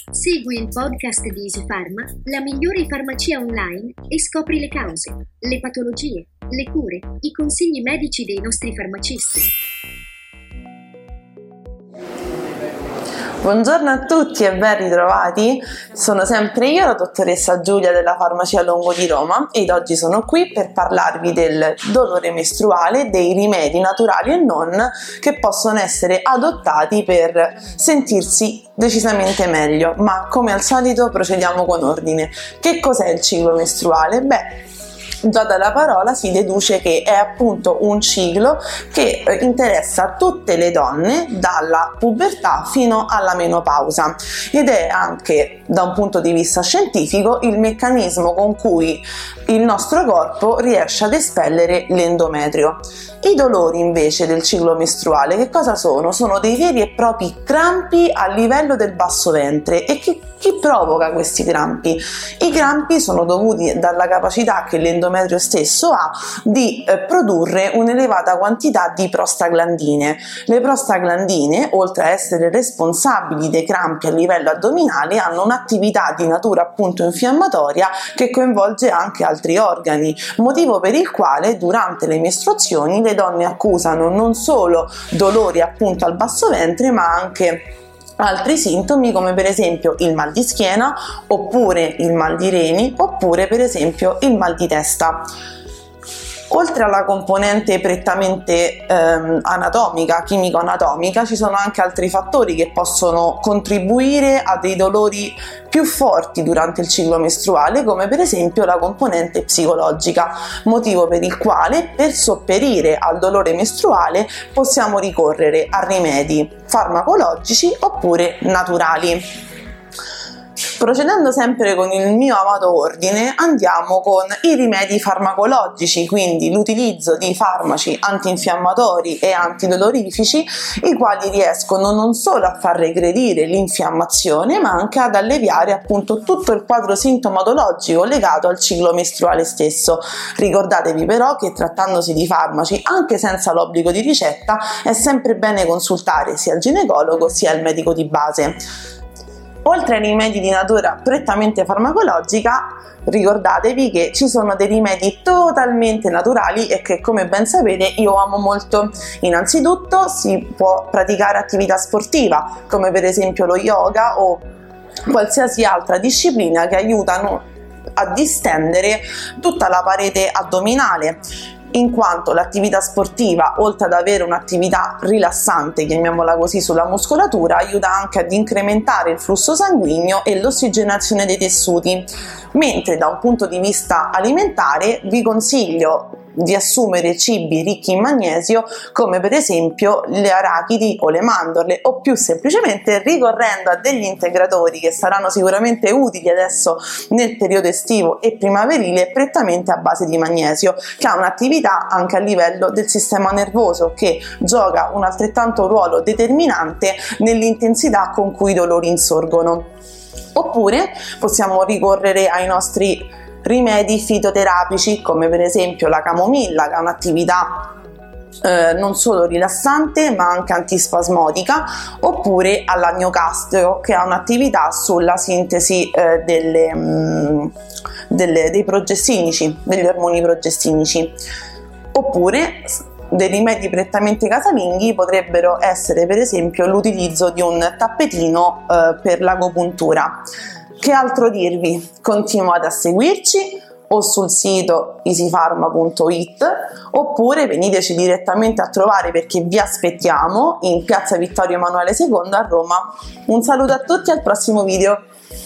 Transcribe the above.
Segui il podcast di EasyPharma, la migliore farmacia online, e scopri le cause, le patologie, le cure, i consigli medici dei nostri farmacisti. Buongiorno a tutti e ben ritrovati, sono sempre io, la dottoressa Giulia della Farmacia Longo di Roma, ed oggi sono qui per parlarvi del dolore mestruale, dei rimedi naturali e non che possono essere adottati per sentirsi decisamente meglio. Ma come al solito procediamo con ordine. Che cos'è il ciclo mestruale? Già dalla parola si deduce che è appunto un ciclo che interessa tutte le donne dalla pubertà fino alla menopausa, ed è anche da un punto di vista scientifico il meccanismo con cui il nostro corpo riesce ad espellere l'endometrio. I dolori invece del ciclo mestruale che cosa sono? Sono dei veri e propri crampi a livello del basso ventre. E chi provoca questi crampi? I crampi sono dovuti dalla capacità che l'endometrio stesso ha di produrre un'elevata quantità di prostaglandine. Le prostaglandine, oltre a essere responsabili dei crampi a livello addominale, hanno un'attività di natura appunto infiammatoria che coinvolge anche altri organi, motivo per il quale durante le mestruazioni le donne accusano non solo dolori appunto al basso ventre, ma anche altri sintomi come per esempio il mal di schiena, oppure il mal di reni, oppure per esempio il mal di testa. Oltre alla componente prettamente anatomica, chimico-anatomica, ci sono anche altri fattori che possono contribuire a dei dolori più forti durante il ciclo mestruale, come per esempio la componente psicologica, motivo per il quale per sopperire al dolore mestruale possiamo ricorrere a rimedi farmacologici oppure naturali. Procedendo sempre con il mio amato ordine, andiamo con i rimedi farmacologici, quindi l'utilizzo di farmaci antinfiammatori e antidolorifici, i quali riescono non solo a far regredire l'infiammazione, ma anche ad alleviare appunto tutto il quadro sintomatologico legato al ciclo mestruale stesso. Ricordatevi però che trattandosi di farmaci, anche senza l'obbligo di ricetta, è sempre bene consultare sia il ginecologo sia il medico di base. Oltre ai rimedi di natura prettamente farmacologica, ricordatevi che ci sono dei rimedi totalmente naturali e che, come ben sapete, io amo molto. Innanzitutto si può praticare attività sportiva, come per esempio lo yoga o qualsiasi altra disciplina che aiutano a distendere tutta la parete addominale, in quanto l'attività sportiva, oltre ad avere un'attività rilassante, chiamiamola così, sulla muscolatura, aiuta anche ad incrementare il flusso sanguigno e l'ossigenazione dei tessuti. Mentre da un punto di vista alimentare vi consiglio di assumere cibi ricchi in magnesio, come per esempio le arachidi o le mandorle, o più semplicemente ricorrendo a degli integratori che saranno sicuramente utili adesso nel periodo estivo e primaverile, prettamente a base di magnesio, che ha un'attività anche a livello del sistema nervoso, che gioca un altrettanto ruolo determinante nell'intensità con cui i dolori insorgono. Oppure possiamo ricorrere ai nostri rimedi fitoterapici, come per esempio la camomilla, che ha un'attività non solo rilassante ma anche antispasmodica, oppure all'agnocastro, che ha un'attività sulla sintesi dei progestinici, degli ormoni progestinici. Oppure dei rimedi prettamente casalinghi potrebbero essere per esempio l'utilizzo di un tappetino per l'agopuntura. Che altro dirvi? Continuate a seguirci o sul sito easypharma.it, oppure veniteci direttamente a trovare, perché vi aspettiamo in piazza Vittorio Emanuele II a Roma. Un saluto a tutti, al prossimo video.